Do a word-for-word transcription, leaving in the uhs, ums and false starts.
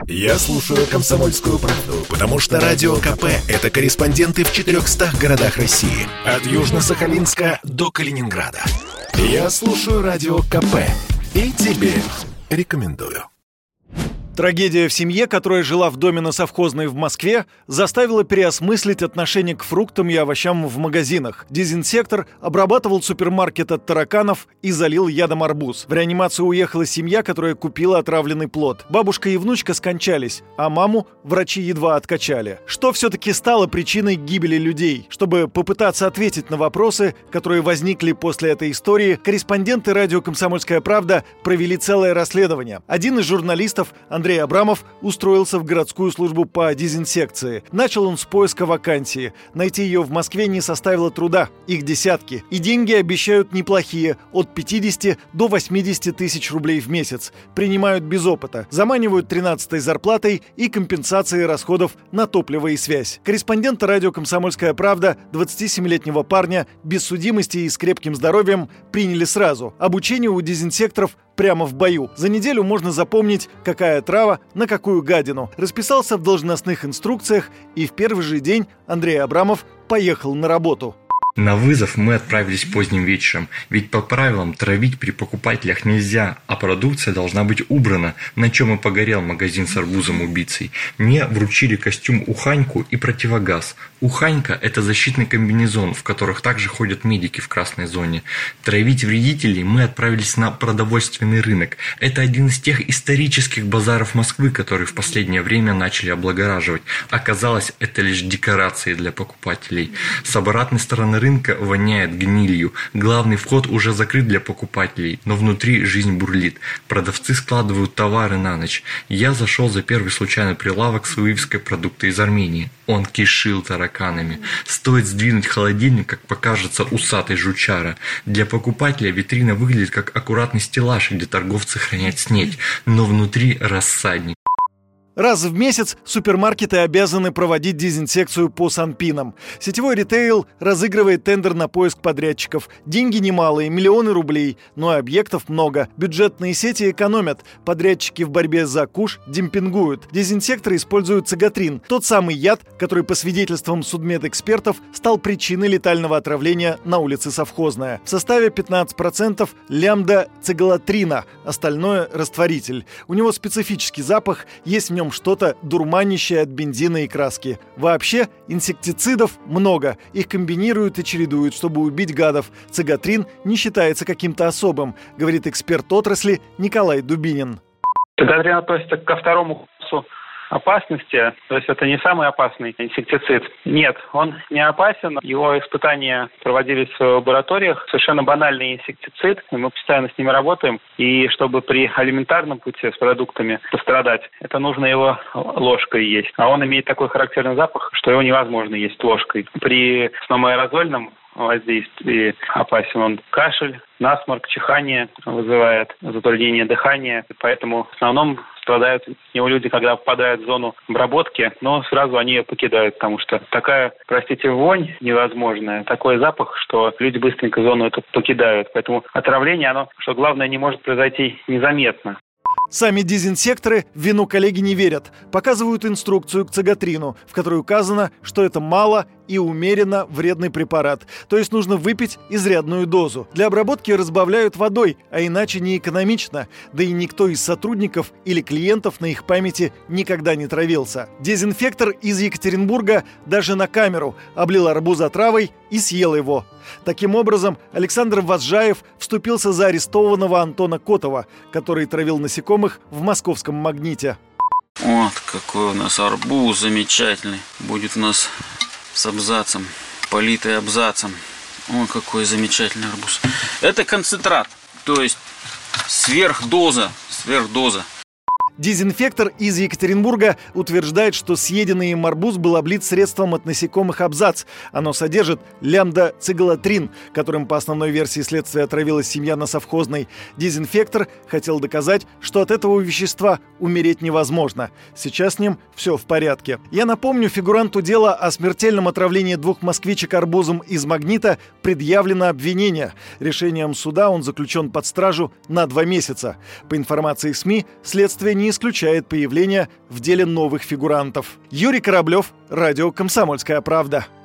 Я слушаю «Комсомольскую правду», потому что Радио КП – это корреспонденты в четырехстах городах России. От Южно-Сахалинска до Калининграда. Я слушаю Радио КП и тебе рекомендую. Трагедия в семье, которая жила в доме на Совхозной в Москве, заставила переосмыслить отношение к фруктам и овощам в магазинах. Дезинсектор обрабатывал супермаркет от тараканов и залил ядом арбуз. В реанимацию уехала семья, которая купила отравленный плод. Бабушка и внучка скончались, а маму врачи едва откачали. Что все-таки стало причиной гибели людей? Чтобы попытаться ответить на вопросы, которые возникли после этой истории, корреспонденты радио «Комсомольская правда» провели целое расследование. Один из журналистов, Андрей Абрамов, устроился в городскую службу по дезинсекции. Начал он с поиска вакансии. Найти ее в Москве не составило труда. Их десятки. И деньги обещают неплохие. От пятидесяти до восьмидесяти тысяч рублей в месяц. Принимают без опыта. Заманивают тринадцатой зарплатой и компенсацией расходов на топливо и связь. Корреспондента радио «Комсомольская правда», двадцатисемилетнего парня, без судимости и с крепким здоровьем, приняли сразу. Обучение у дезинсекторов прямо в бою. За неделю можно запомнить, какая трава на какую гадину. Расписался в должностных инструкциях, и в первый же день Андрей Абрамов поехал на работу. На вызов мы отправились поздним вечером, ведь по правилам травить при покупателях нельзя, а продукция должна быть убрана, на чем и погорел магазин с арбузом-убийцей. Мне вручили костюм Уханьку и противогаз. Уханька – это защитный комбинезон, в которых также ходят медики в красной зоне. Травить вредителей мы отправились на продовольственный рынок. Это один из тех исторических базаров Москвы, которые в последнее время начали облагораживать. Оказалось, это лишь декорации для покупателей. С обратной стороны рынка воняет гнилью. Главный вход уже закрыт для покупателей, но внутри жизнь бурлит. Продавцы складывают товары на ночь. Я зашел за первый случайный прилавок с вывеской «Продукты из Армении». Он кишил тараканами. Стоит сдвинуть холодильник, как покажется усатый жучара. Для покупателя витрина выглядит как аккуратный стеллаж, где торговцы хранят снедь, но внутри рассадник. Раз в месяц супермаркеты обязаны проводить дезинсекцию по санпинам. Сетевой ритейл разыгрывает тендер на поиск подрядчиков. Деньги немалые, миллионы рублей, но объектов много. Бюджетные сети экономят. Подрядчики в борьбе за куш демпингуют. Дезинсекторы используют цигатрин. Тот самый яд, который, по свидетельствам судмедэкспертов, стал причиной летального отравления на улице Совхозная. В составе пятнадцать процентов лямбда-цигалатрина, остальное – растворитель. У него специфический запах, есть в нем что-то дурманящее от бензина и краски. Вообще, инсектицидов много. Их комбинируют и чередуют, чтобы убить гадов. Цигатрин не считается каким-то особым, говорит эксперт отрасли Николай Дубинин. Цигатрин относится ко второму классу опасности, то есть это не самый опасный инсектицид. Нет, он не опасен. Его испытания проводились в лабораториях. Совершенно банальный инсектицид. Мы постоянно с ними работаем. И чтобы при алиментарном пути с продуктами пострадать, это нужно его ложкой есть. А он имеет такой характерный запах, что его невозможно есть ложкой. При основном аэрозольном воздействии опасен он. Кашель, насморк, чихание вызывает, затруднение дыхания. Поэтому в основном страдают от него люди, когда попадают в зону обработки, но сразу они ее покидают, потому что такая, простите, вонь невозможная, такой запах, что люди быстренько зону эту покидают. Поэтому отравление, оно, что главное, не может произойти незаметно. Сами дезинсекторы в вину коллеги не верят. Показывают инструкцию к цигатрину, в которой указано, что это мало и умеренно вредный препарат. То есть нужно выпить изрядную дозу. Для обработки разбавляют водой, а иначе не экономично. Да и никто из сотрудников или клиентов на их памяти никогда не травился. Дезинфектор из Екатеринбурга даже на камеру облил арбуз отравой и съел его. Таким образом, Александр Возжаев вступился за арестованного Антона Котова, который травил насекомых в московском «Магните». Вот какой у нас арбуз замечательный. Будет у нас с абзацем, политый абзацем. О, какой замечательный арбуз. Это концентрат, то есть сверхдоза, сверхдоза. Дезинфектор из Екатеринбурга утверждает, что съеденный им арбуз был облит средством от насекомых абзац. Оно содержит лямбда-цигалатрин, которым по основной версии следствия отравилась семья на Совхозной. Дезинфектор хотел доказать, что от этого вещества умереть невозможно. Сейчас с ним все в порядке. Я напомню, фигуранту дела о смертельном отравлении двух москвичек арбузом из «Магнита» предъявлено обвинение. Решением суда он заключен под стражу на два месяца. По информации СМИ, следствие не не исключает появление в деле новых фигурантов. Юрий Кораблев, радио «Комсомольская правда».